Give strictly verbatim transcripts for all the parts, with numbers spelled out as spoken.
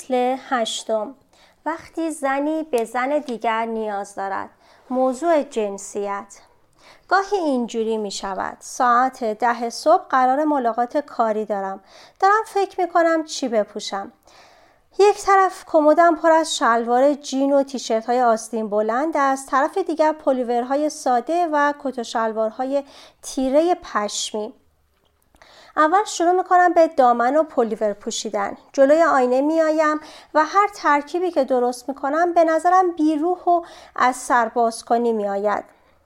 فصل هشتم. وقتی زنی به زن دیگر نیاز دارد. موضوع جنسیت. گاهی اینجوری می شود. ساعت ده صبح قرار ملاقات کاری دارم. دارم فکر می کنم چی بپوشم. یک طرف کمدم پر از شلوار جین و تیشرت های آستین بلند است. طرف دیگر پلیورهای ساده و کت و شلوارهای تیره پشمی. اول شروع میکنم به دامن و پلیور پوشیدن. جلوی آینه میایم و هر ترکیبی که درست میکنم به نظرم بیروح و از سر باز کنی میآید.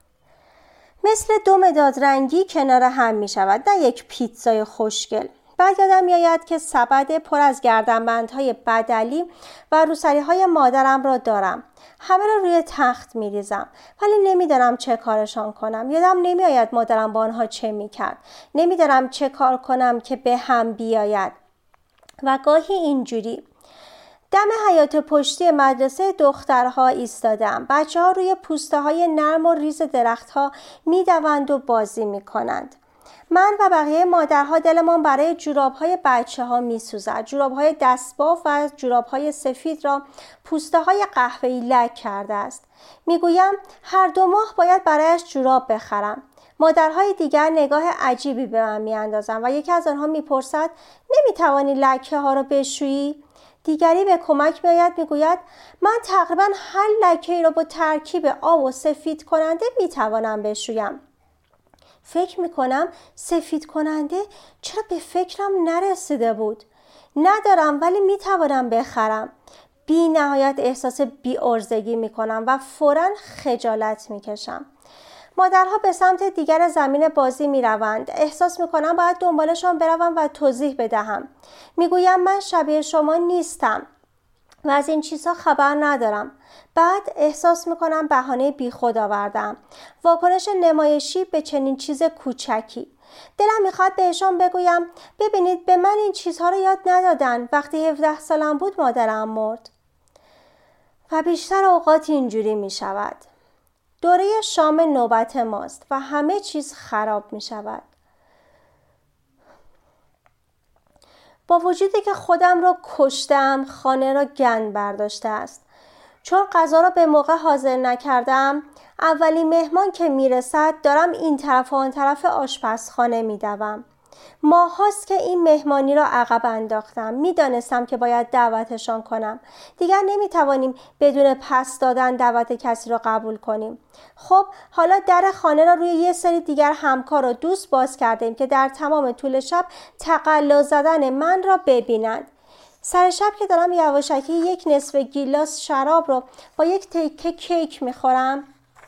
مثل دو مداد رنگی کنار هم میشود، نه یک پیتزای خوشگل. بعد یادم میآید که سبد پر از گردنبندهای بدلی و روسریهای مادرم را دارم. همه را روی تخت میریزم ولی نمیدانم چه کارشان کنم. یادم نمیآید مادرم با آنها چه میکرد. نمیدانم چه کار کنم که به هم بیاید. و گاهی اینجوری. دم حیاط پشتی مدرسه دخترها ایستادم. بچه ها روی پوسته های نرم و ریز درختها میدوند و بازی میکنند. من و بقیه مادرها دلمان برای جوراب‌های بچه‌ها می‌سوزد. جوراب‌های دستباف و جوراب‌های سفید را پوسته‌های قهوه‌ای لک کرده است. می‌گویم هر دو ماه باید برایش جوراب بخرم. مادرهای دیگر نگاه عجیبی به من می‌اندازند و یکی از آنها می‌پرسد نمی‌توانی لکه‌ها را بشویی؟ دیگری به کمک می‌آید می‌گوید من تقریباً هر لکه‌ای را با ترکیب آب و سفید کننده می‌توانم بشویم. فکر میکنم سفید کننده چرا به فکرم نرسیده بود؟ ندارم ولی میتوانم بخرم. بی نهایت احساس بی ارزگی میکنم و فوراً خجالت میکشم. مادرها به سمت دیگر زمین بازی میروند. احساس میکنم باید دنبالشان بروم و توضیح بدهم. میگویم من شبیه شما نیستم و از این چیزها خبر ندارم. بعد احساس میکنم بهانه بی خود آوردم. واکنش نمایشی به چنین چیز کوچکی. دلم میخواد بهشان بگویم ببینید به من این چیزها رو یاد ندادن. وقتی هفده سالم بود مادرم مرد. و بیشتر اوقات اینجوری میشود. دوره شام نوبت ماست و همه چیز خراب میشود. با وجودی که خودم را کشتم خانه را گند برداشته است. چون غذا را به موقع حاضر نکردم اولین مهمان که میرسد دارم این طرف و آن طرف آشپزخانه میدوم. ماه هاست که این مهمانی را عقب انداختم. میدانستم که باید دعوتشان کنم. دیگر نمیتوانیم بدون پس دادن دعوت کسی را قبول کنیم. خب حالا در خانه را روی یه سری دیگر همکار و دوست باز کردیم که در تمام طول شب تقلا زدن من را ببینند. سر شب که دارم یواشکی یک نصف گیلاس شراب رو با یک تکه کیک میخورم،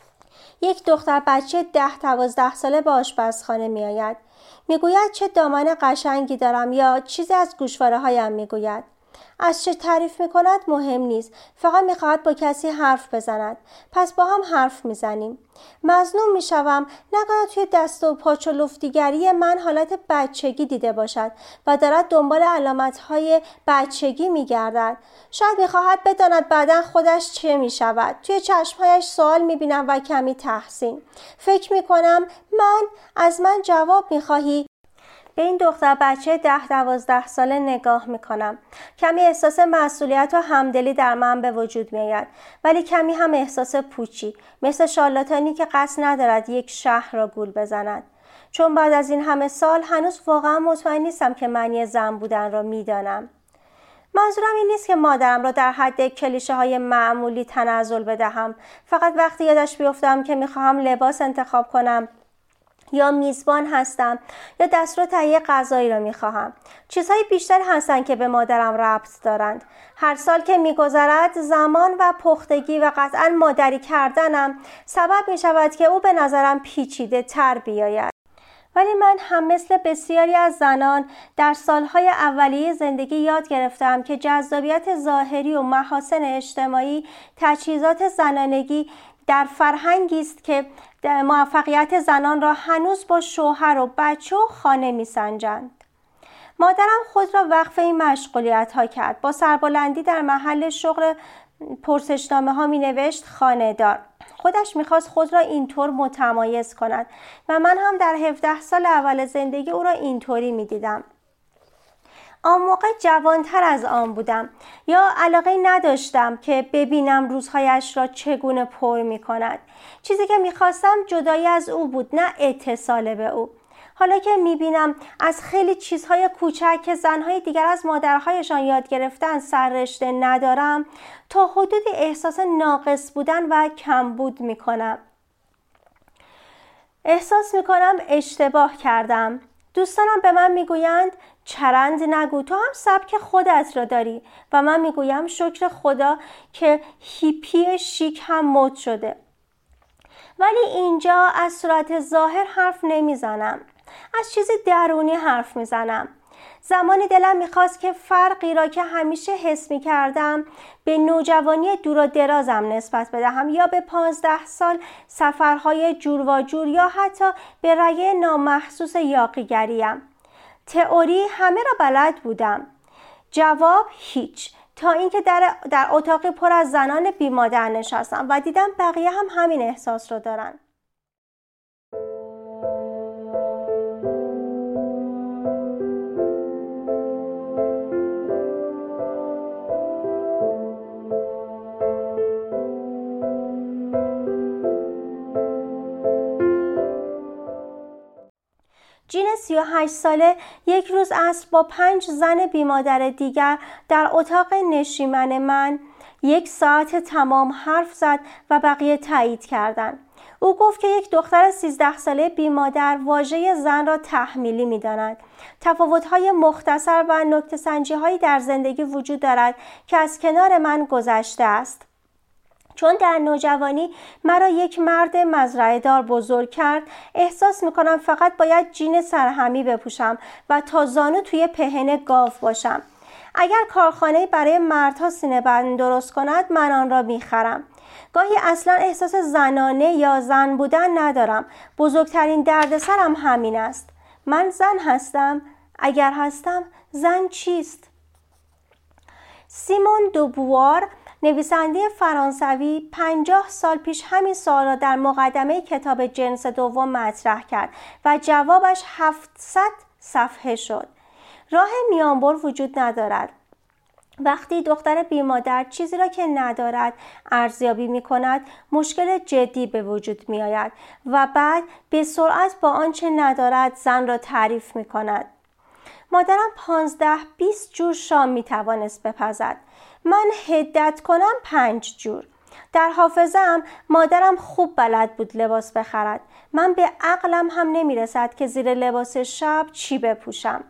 یک دختر بچه ده دوازده ساله به آشپزخانه میآید. میگوید چه دامن قشنگی دارم یا چیزی از گوشواره هایم میگوید. از چه تعریف میکند مهم نیست. فقط میخواهد با کسی حرف بزند. پس با هم حرف میزنیم. مظنون میشوم نکنه توی دست و پاچ و لفتیگری من حالت بچگی دیده باشد و دارد دنبال علامتهای بچگی میگردد. شاید میخواهد بداند بعداً خودش چه میشود. توی چشمهایش سوال میبینم و کمی تحسین. فکر میکنم من از من جواب میخواهی؟ به این دختر بچه ده دوازده ساله نگاه میکنم. کمی احساس مسئولیت و همدلی در من به وجود میآید، ولی کمی هم احساس پوچی، مثل شارلاتانی که قصد ندارد یک شهر را گول بزند. چون بعد از این همه سال هنوز واقعا مطمئن نیستم که معنی زن بودن را میدانم. منظورم این نیست که مادرم را در حد کلیشه های معمولی تنزل بدهم. فقط وقتی یادش بیفتم که میخواهم لباس انتخاب کنم یا میزبان هستم یا دستور تهیه غذایی را میخواهم. چیزهای بیشتر هستند که به مادرم ربط دارند. هر سال که میگذرد زمان و پختگی و قطعاً مادری کردنم سبب میشود که او به نظرم پیچیده تر بیاید. ولی من هم مثل بسیاری از زنان در سالهای اولیه زندگی یاد گرفتم که جذابیت ظاهری و محاسن اجتماعی تجهیزات زنانگی در فرهنگی است که موفقیت زنان را هنوز با شوهر و بچه و خانه می‌سنجند. مادرم خود را وقف این مشغولیت ها کرد. با سربلندی در محل شغل پرسشنامه ها می نوشت خانه دار. خودش می خواست خود را اینطور متمایز کند و من هم در هفده سال اول زندگی او را اینطوری می دیدم. آن موقع جوانتر از آن بودم یا علاقه نداشتم که ببینم روزهایش را چگونه پر می کند. چیزی که می خواستم جدایی از او بود، نه اتصال به او. حالا که می بینم از خیلی چیزهای کوچک که زنهای دیگر از مادرهایشان یاد گرفتن سررشته ندارم، تا حدودی احساس ناقص بودن و کمبود می کنم. احساس می کنم اشتباه کردم. دوستانم به من میگویند چرند نگو، تو هم سبک خودت را داری، و من میگویم شکر خدا که هیپی شیک هم مد شده. ولی اینجا از صورت ظاهر حرف نمیزنم، از چیزی درونی حرف میزنم. زمانی دلم میخواست که فرقی را که همیشه حس میکردم به نوجوانی دور و درازم نسبت بدهم، یا به پانزده سال سفرهای جور و جور، یا حتی به رگه نامحسوس یاغیگریم. تئوری همه را بلد بودم، جواب هیچ، تا اینکه در در اتاقی پر از زنان بی مادر نشستم و دیدم بقیه هم همین احساس رو دارن. جین سی و هشت ساله یک روز عصر با پنج زن بیمادر دیگر در اتاق نشیمن من یک ساعت تمام حرف زد و بقیه تایید کردند. او گفت که یک دختر سیزده ساله بیمادر واژه زن را تحمیلی می داند. تفاوت‌های مختصر و نکته‌سنجی‌هایی در زندگی وجود دارد که از کنار من گذشته است. چون در نوجوانی مرا یک مرد مزرعه دار بزرگ کرد، احساس میکنم فقط باید جین سرهمی بپوشم و تا زانو توی پهن گاو باشم. اگر کارخانه برای مردها سینه بند درست کند، من آن را میخرم. گاهی اصلا احساس زنانه یا زن بودن ندارم. بزرگترین دردسرم همین است. من زن هستم؟ اگر هستم، زن چیست؟ سیمون دوبوار، نویسنده فرانسوی، پنجاه سال پیش همین سوال را در مقدمه کتاب جنس دوم مطرح کرد و جوابش هفتصد صفحه شد. راه میانبر وجود ندارد. وقتی دختر بیمادر چیزی را که ندارد ارزیابی می کند، مشکل جدی به وجود می آید و بعد به سرعت با آنچه ندارد زن را تعریف می کند. مادرم پانزده بیست جور شام می توانست بپزد. من حدت کنم پنج جور. در حافظه‌ام مادرم خوب بلد بود لباس بخرد. من به عقلم هم نمی رسد که زیر لباس شب چی بپوشم.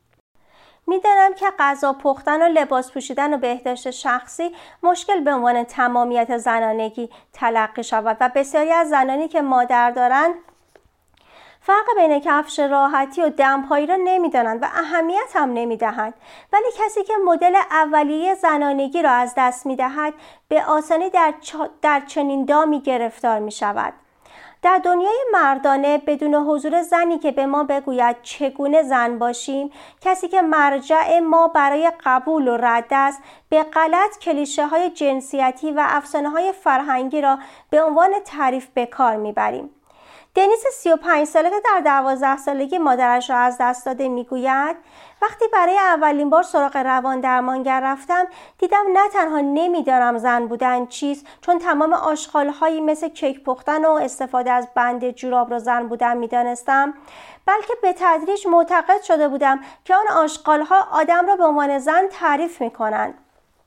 میدانم که غذا پختن و لباس پوشیدن و بهداشت شخصی مشکل به عنوان تمامیت زنانگی تلقی شود و بسیاری از زنانی که مادر دارند فرق بین کفش راحتی و دمپایی را نمیدانند و اهمیت هم نمیدهند. ولی کسی که مدل اولیه زنانگی را از دست میدهد به آسانی در, چ... در چنین دامی گرفتار می شود. در دنیای مردانه بدون حضور زنی که به ما بگوید چگونه زن باشیم، کسی که مرجع ما برای قبول و رد است، به غلط کلیشه های جنسیتی و افسانه های فرهنگی را به عنوان تعریف به کار میبریم. دنیس سی و پنج ساله که در دوازده سالگی مادرش را از دست داده میگوید وقتی برای اولین بار سراغ روان درمانگر رفتم دیدم نه تنها نمیدانم زن بودن چیست، چون تمام آشغال‌هایی مثل کیک پختن و استفاده از بند جوراب را زن بودن میدانستم، بلکه به تدریج معتقد شده بودم که آن آشغال‌ها آدم را به عنوان زن تعریف میکنند.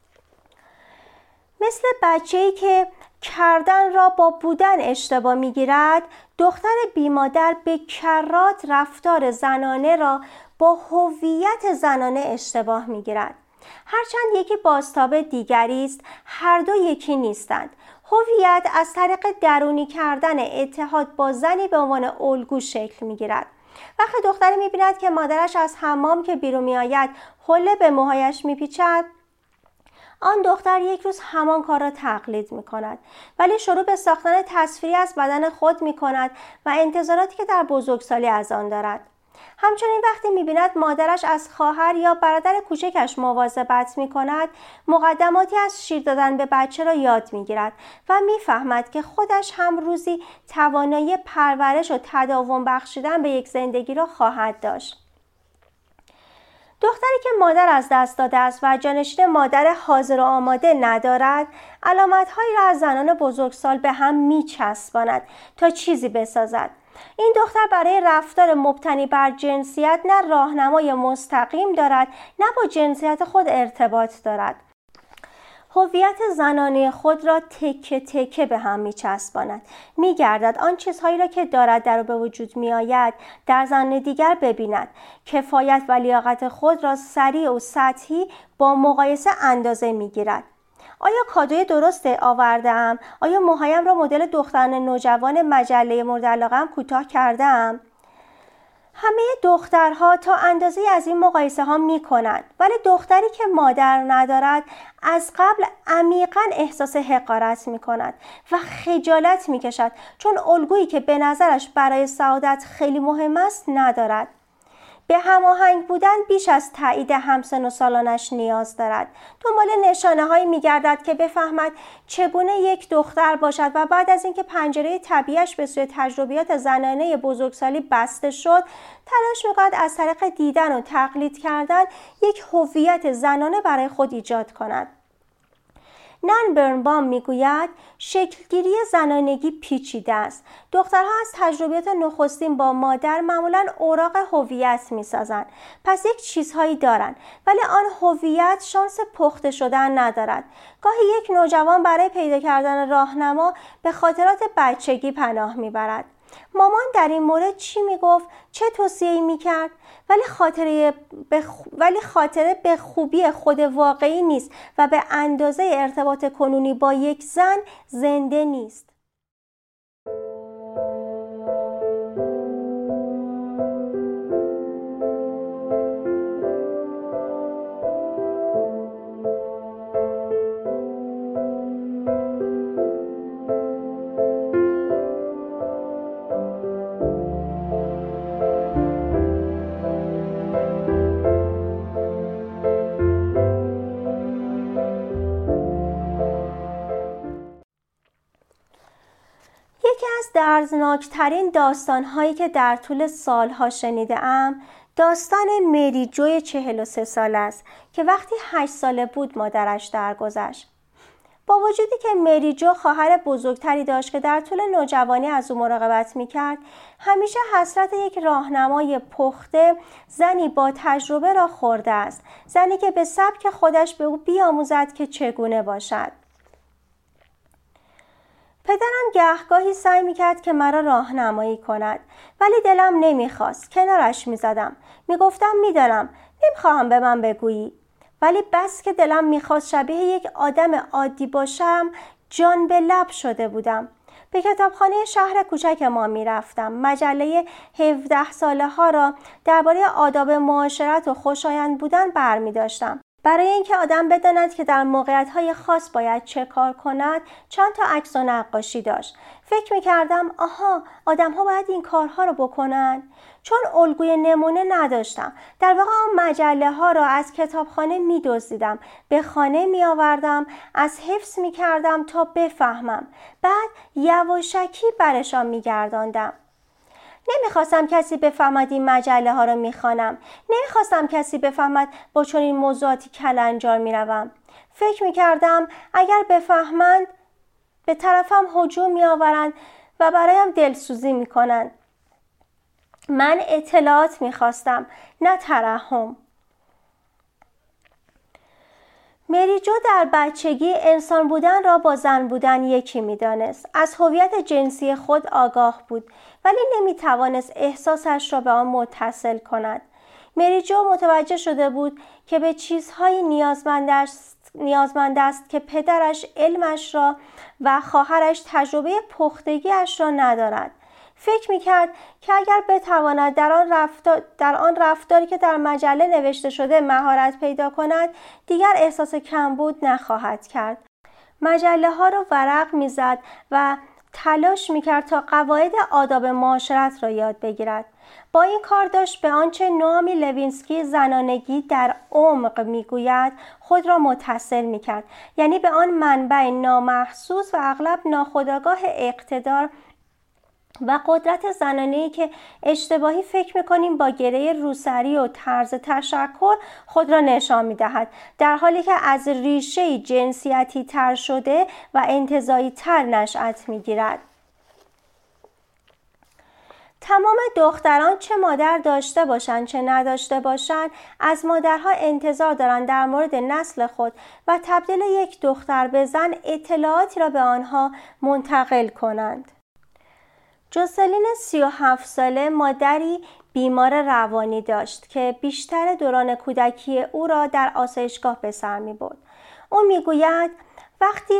مثل بچه‌ای که کردن را با بودن اشتباه میگیرد، دختر بیمادر به کرات رفتار زنانه را با هویت زنانه اشتباه میگیرد. هرچند یکی بازتاب دیگری است، هر دو یکی نیستند. هویت از طریق درونی کردن اتحاد با زنی به عنوان الگو شکل میگیرد. وقتی دختری میبیند که مادرش از حمام که بیرون میآید حله به موهایش میپیچد، آن دختر یک روز همان کار را تقلید می کند، ولی شروع به ساختن تصویری از بدن خود می کند و انتظاراتی که در بزرگسالی از آن دارد. همچنین وقتی می بیند مادرش از خواهر یا برادر کوچکش مواظبت می کند، مقدماتی از شیر دادن به بچه را یاد می گیرد و می فهمد که خودش هم روزی توانایی پرورش و تداوم بخشیدن به یک زندگی را خواهد داشت. دختری که مادر از دست داده است و جانشین مادر حاضر و آماده ندارد، علامت‌هایی را از زنان بزرگسال به هم می‌چسباند تا چیزی بسازد. این دختر برای رفتار مبتنی بر جنسیت نه راهنمای مستقیم دارد، نه با جنسیت خود ارتباط دارد. هویت زنانه خود را تکه تکه به هم می‌چسباند. می‌گردد آن چیزهایی را که دارد در او به وجود می‌آید در زن دیگر ببیند. کفایت و لیاقت خود را سریع و سطحی با مقایسه اندازه می‌گیرد. آیا کادوی درست آوردم؟ آیا موهایم را مدل دختران نوجوان مجله مورد علاقه‌ام کوتاه کردم؟ همه دخترها تا اندازه از این مقایسه ها می کنند، ولی دختری که مادر ندارد از قبل عمیقاً احساس حقارت می کند و خجالت می کشد، چون الگویی که به نظرش برای سعادت خیلی مهم است ندارد. به هماهنگ بودن بیش از تایید همسن و سالانش نیاز دارد. دنبال نشانه هایی می گردد که بفهمد چگونه یک دختر باشد و بعد از اینکه پنجره طبیعش به سوی تجربیات زنانه بزرگسالی بسته شد، تلاش می کند از طریق دیدن و تقلید کردن یک هویت زنانه برای خود ایجاد کند. نان برنبام میگوید شکلگیری زنانگی پیچیده است. دخترها از تجربیات نخستین با مادر معمولاً اوراق هویت میسازند. پس یک چیزهایی دارند، ولی آن هویت شانس پخته شدن ندارد. گاهی یک نوجوان برای پیدا کردن راهنما به خاطرات بچگی پناه میبرد. مامان در این مورد چی میگفت؟ چه توصیه‌ای میکرد؟ ولی خاطره به خ... ولی خاطره به خوبی خود واقعی نیست و به اندازه ارتباط کنونی با یک زن زنده نیست. دردناکترین داستان‌هایی که در طول سالها شنیده‌ام داستان مری جو چهل و سه ساله است که وقتی هشت ساله بود مادرش درگذشت. با وجودی که مری جو خواهر بزرگتری داشت که در طول نوجوانی از او مراقبت می‌کرد، همیشه حسرت یک راهنمای پخته، زنی با تجربه را خورده است، زنی که به سبک خودش به او بیاموزد که چگونه باشد. پدرم گهگاهی سعی میکرد که مرا راهنمایی کند، ولی دلم نمیخواست. کنارش میزدم. میگفتم میدانم، نمیخواهم به من بگویی. ولی بس که دلم میخواست شبیه یک آدم عادی باشم، جان به لب شده بودم. به کتابخانه شهر کوچک ما میرفتم. مجله هفده ساله ها را درباره آداب معاشرت و خوشایند بودن برمیداشتم. برای اینکه آدم بداند که در موقعیت‌های خاص باید چه کار کند، چند تا عکس و نقاشی داشت. فکر می‌کردم آها، آدم‌ها باید این کارها رو بکنن. چون الگوی نمونه نداشتم، در واقع آن مجله‌ها را از کتابخانه می‌دزدیدم، به خانه می‌آوردم، از حفظ می‌کردم تا بفهمم. بعد یواشکی برشان می‌گرداندم. نمیخواستم کسی بفهمد این مجله ها رو میخوانم. نمیخواستم کسی بفهمد با چنین موضوعاتی کلنجار میروم. فکر میکردم اگر بفهمند به طرفم هجوم میآورند و برایم دلسوزی میکنند. من اطلاعات میخواستم، نه ترحم. مری جو در بچگی انسان بودن را با زن بودن یکی می‌دانست. از هویت جنسی خود آگاه بود، ولی نمی‌توانست احساسش را به آن متصل کند. مری جو متوجه شده بود که به چیزهایی نیازمند است، نیازمند است که پدرش علمش را و خواهرش تجربه پختگیش را ندارد. فکر می‌کرد که اگر بتواند در آن رفتار در آن رفتاری که در مجله نوشته شده مهارت پیدا کند، دیگر احساس کمبود نخواهد کرد. مجله ها را ورق می‌زد و تلاش می‌کرد تا قواعد آداب معاشرت را یاد بگیرد. با این کار داشت به آنچه نوآمی لوینسکی زنانگی در عمق میگوید خود را متصل می‌کرد، یعنی به آن منبع نامحسوس و اغلب ناخودآگاه اقتدار و قدرت زنانه‌ای که اشتباهی فکر می‌کنیم با گره روسری و طرز تشکر خود را نشان می‌دهد، در حالی که از ریشه‌ای جنسیتی تر شده و انتزاعی تر نشأت می‌گیرد. تمام دختران چه مادر داشته باشند چه نداشته باشند از مادرها انتظار دارند در مورد نسل خود و تبدیل یک دختر به زن اطلاعاتی را به آنها منتقل کنند. جوسلین سی و هفت ساله مادری بیمار روانی داشت که بیشتر دوران کودکی او را در آسایشگاه به سر می برد. او می گوید وقتی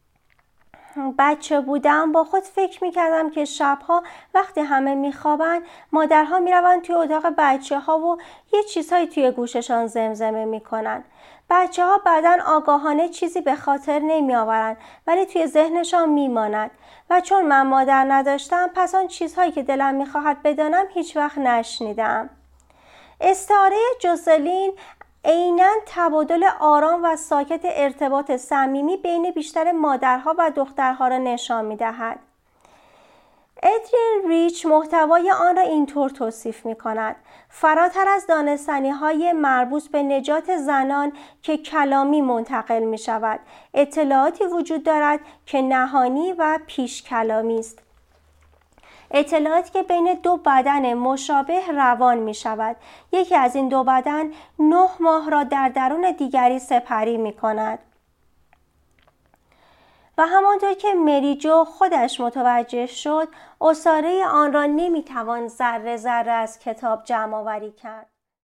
بچه بودم با خود فکر می کردم که شبها وقتی همه می خوابند مادرها می روند توی اتاق بچه ها و یه چیزهایی توی گوششان زمزمه می کنند. بچه ها بعداً آگاهانه چیزی به خاطر نمی آورند ولی توی ذهنشان می ماند و چون من مادر نداشتم پس آن چیزهایی که دلم می خواهد بدانم هیچ وقت نشنیدم. استعاره جوسلین عیناً تبادل آرام و ساکت ارتباط صمیمی بین بیشتر مادرها و دخترها را نشان می‌دهد. ادریان ریچ محتوای آن را اینطور توصیف می‌کند: فراتر از دانستنی‌های مربوط به نجات زنان که کلامی منتقل می‌شود، اطلاعاتی وجود دارد که نهانی و پیش کلامی است. اطلاعاتی که بین دو بدن مشابه روان می شود. یکی از این دو بدن نه ماه را در درون دیگری سپری می کند. و همانطور که مری جو خودش متوجه شد، عصاره آن را نمی توان ذره ذره از کتاب جمع آوری کرد.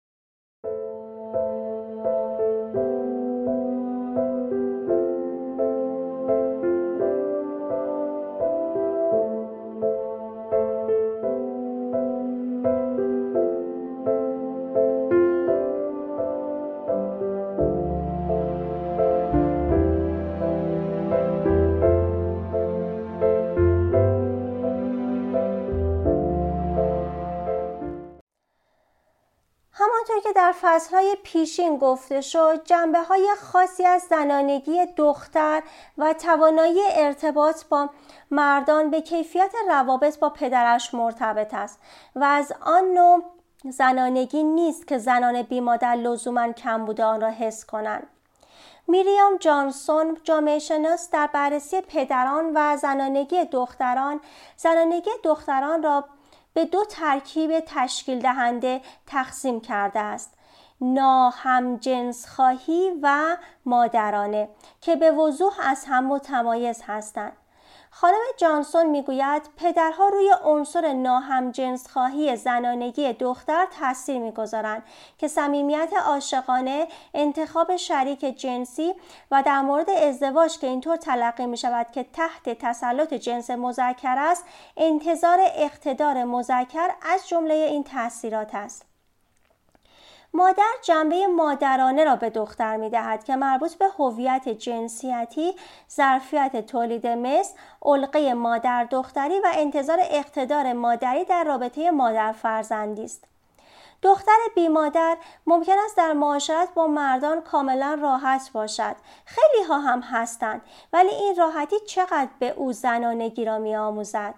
همانطور که در فصلهای پیشین گفته شد، جنبه‌های خاصی از زنانگی دختر و توانایی ارتباط با مردان به کیفیت روابط با پدرش مرتبط است و از آن نوع زنانگی نیست که زنان بیمادر لزوماً کمبود آن را حس کنند. میریام جانسون، جامعه شناس، در بررسی پدران و زنانگی دختران، زنانگی دختران را به دو ترکیب تشکیل دهنده تقسیم کرده است: ناهمجنسخواهی و مادرانه که به وضوح از هم متمایز هستند. خانم جانسون میگوید پدرها روی عنصر ناهمجنسخواهی زنانگی دختر تاثیر میگذارند که صمیمیت عاشقانه، انتخاب شریک جنسی و در مورد ازدواج که اینطور تلقی می شود که تحت تسلط جنس مذکر است، انتظار اقتدار مذکر از جمله این تاثیرات است. مادر جنبه مادرانه را به دختر می دهد که مربوط به هویت جنسیتی، ظرفیت تولید مثل، علقه مادر دختری و انتظار اقتدار مادری در رابطه مادر فرزندی است. دختر بی مادر ممکن است در معاشرت با مردان کاملا راحت باشد. خیلی ها هم هستند، ولی این راحتی چقدر به او زنانگی را می آموزد؟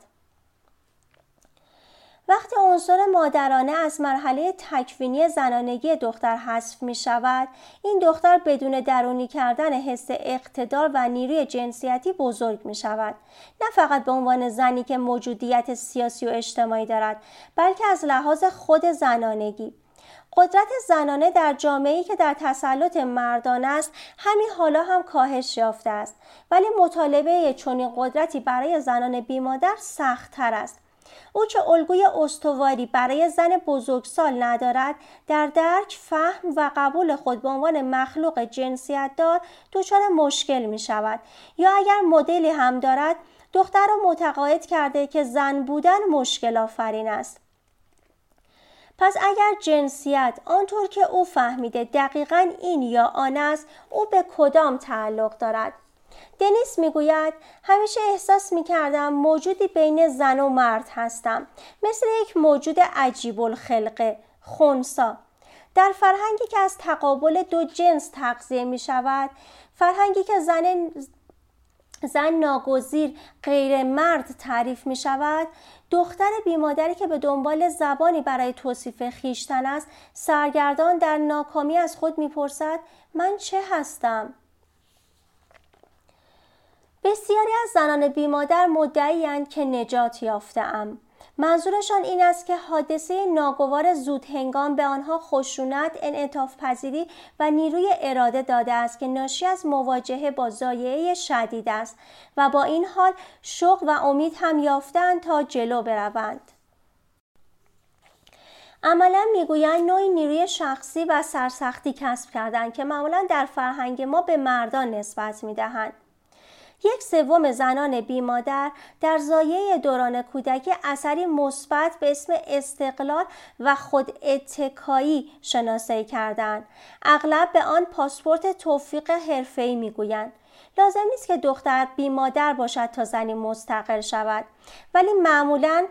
وقتی عنصر مادرانه از مرحله تکوینی زنانگی دختر حذف می شود، این دختر بدون درونی کردن حس اقتدار و نیروی جنسیتی بزرگ می شود. نه فقط به عنوان زنی که موجودیت سیاسی و اجتماعی دارد، بلکه از لحاظ خود زنانگی. قدرت زنانه در جامعه‌ای که در تسلط مردان است، همین حالا هم کاهش یافته است. ولی مطالبه چنین قدرتی برای زنان بیمادر سخت‌تر است. او که الگوی استواری برای زن بزرگسال ندارد، در درک، فهم و قبول خود به عنوان مخلوق جنسیت دار دچار مشکل می شود. یا اگر مدلی هم دارد، دختر را متقاعد کرده که زن بودن مشکل آفرین است. پس اگر جنسیت آنطور که او فهمیده دقیقاً این یا آن است، او به کدام تعلق دارد؟ دنیس میگوید همیشه احساس میکردم موجودی بین زن و مرد هستم، مثل یک موجود عجیب الخلقه، خنثی. در فرهنگی که از تقابل دو جنس تغذیه می شود، فرهنگی که زن زن ناگزیر غیر مرد تعریف می شود، دختر بیمادری که به دنبال زبانی برای توصیف خیشتن است، سرگردان در ناکامی از خود می پرسد من چه هستم؟ بسیاری از زنان بیمادر مدعی‌اند که نجات یافته‌ام. منظورشان این است که حادثه ناگوار زودهنگام به آنها خشونت، انعطاف پذیری و نیروی اراده داده است که ناشی از مواجهه با ضایعه شدید است و با این حال شوق و امید هم یافتند تا جلو بروند. عملاً میگویند نوعی نیروی شخصی و سرسختی کسب کردند که معمولاً در فرهنگ ما به مردان نسبت میدهند. یک سوم زنان بیمادر در ضایعه دوران کودکی اثری مثبت به اسم استقلال و خود اتکایی شناسایی کردند. اغلب به آن پاسپورت توفیق حرفه‌ای میگویند. لازم نیست که دختر بیمادر باشد تا زنی مستقل شود، ولی معمولاً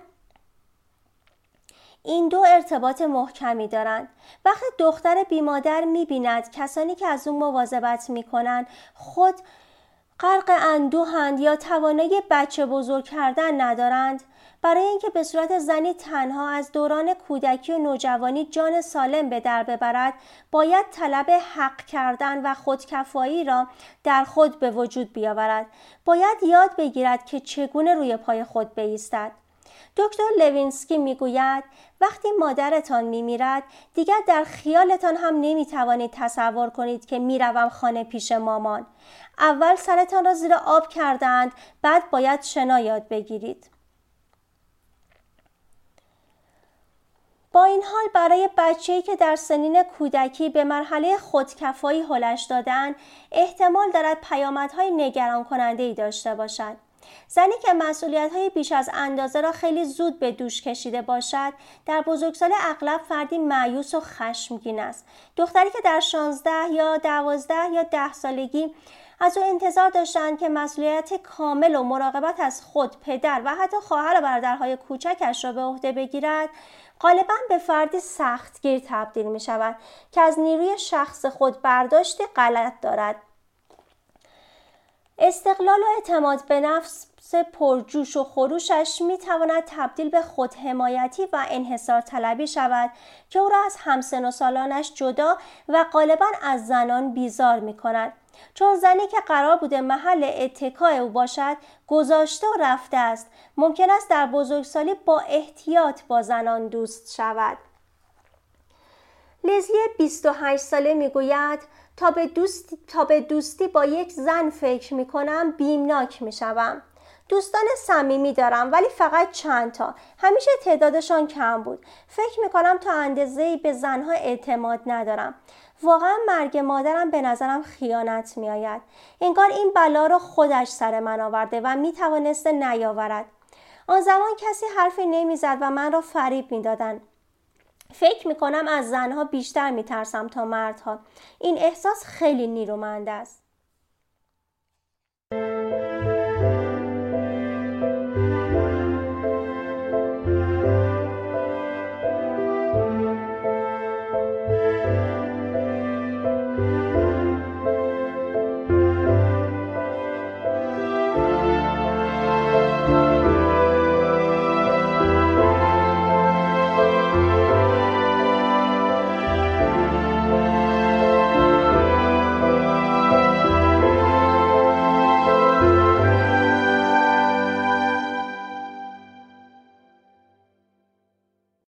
این دو ارتباط محکمی دارند. وقتی دختر بیمادر می‌بیند کسانی که از او مواظبت می‌کنند خود غرق اندوهند یا توانایی بچه بزرگ کردن ندارند، برای اینکه به صورت زنی تنها از دوران کودکی و نوجوانی جان سالم به در ببرد، باید طلب حق کردن و خودکفایی را در خود به وجود بیاورد. باید یاد بگیرد که چگونه روی پای خود بایستد. دکتر لوینسکی میگوید وقتی مادرتان میمیرد دیگر در خیالتان هم نمیتوانید تصور کنید که میروم خانه پیش مامان. اول سرتان را زیر آب کردند، بعد باید شنا یاد بگیرید. با این حال برای بچه‌ای که در سنین کودکی به مرحله خودکفایی هلش دادند، احتمال دارد پیامدهای نگران کننده‌ای داشته باشد. زنی که مسئولیت‌های بیش از اندازه را خیلی زود به دوش کشیده باشد، در بزرگسالی اغلب فردی مایوس و خشمگین است. دختری که در شانزده یا دوازده یا ده سالگی از او انتظار داشتند که مسئولیت کامل و مراقبت از خود، پدر و حتی خواهر و برادرهای کوچکش را به عهده بگیرد، غالباً به فردی سختگیر تبدیل می شود که از نیروی شخص خود برداشت غلط دارد. استقلال و اعتماد به نفس پرجوش و خروشش می تواند تبدیل به خودحمایتی و انحصار طلبی شود که او را از همسن و سالانش جدا و غالباً از زنان بیزار می کند. چون زنی که قرار بوده محل اتکای او باشد گذاشته و رفته است، ممکن است در بزرگسالی با احتیاط با زنان دوست شود. لزلی بیست و هشت ساله میگوید تا به دوستی تا به دوستی با یک زن فکر می کنم بیمناک می شوم. دوستان صمیمی دارم ولی فقط چند تا. همیشه تعدادشان کم بود. فکر می کنم تا اندازه‌ای به زنها اعتماد ندارم. واقعا مرگ مادرم به نظرم خیانت می آید. انگار این بلا رو خودش سر من آورده و می توانسته نیاورد. آن زمان کسی حرفی نمی زد و من را فریب می دادن. فکر می کنم از زنها بیشتر می ترسم تا مردها. این احساس خیلی نیرومند است.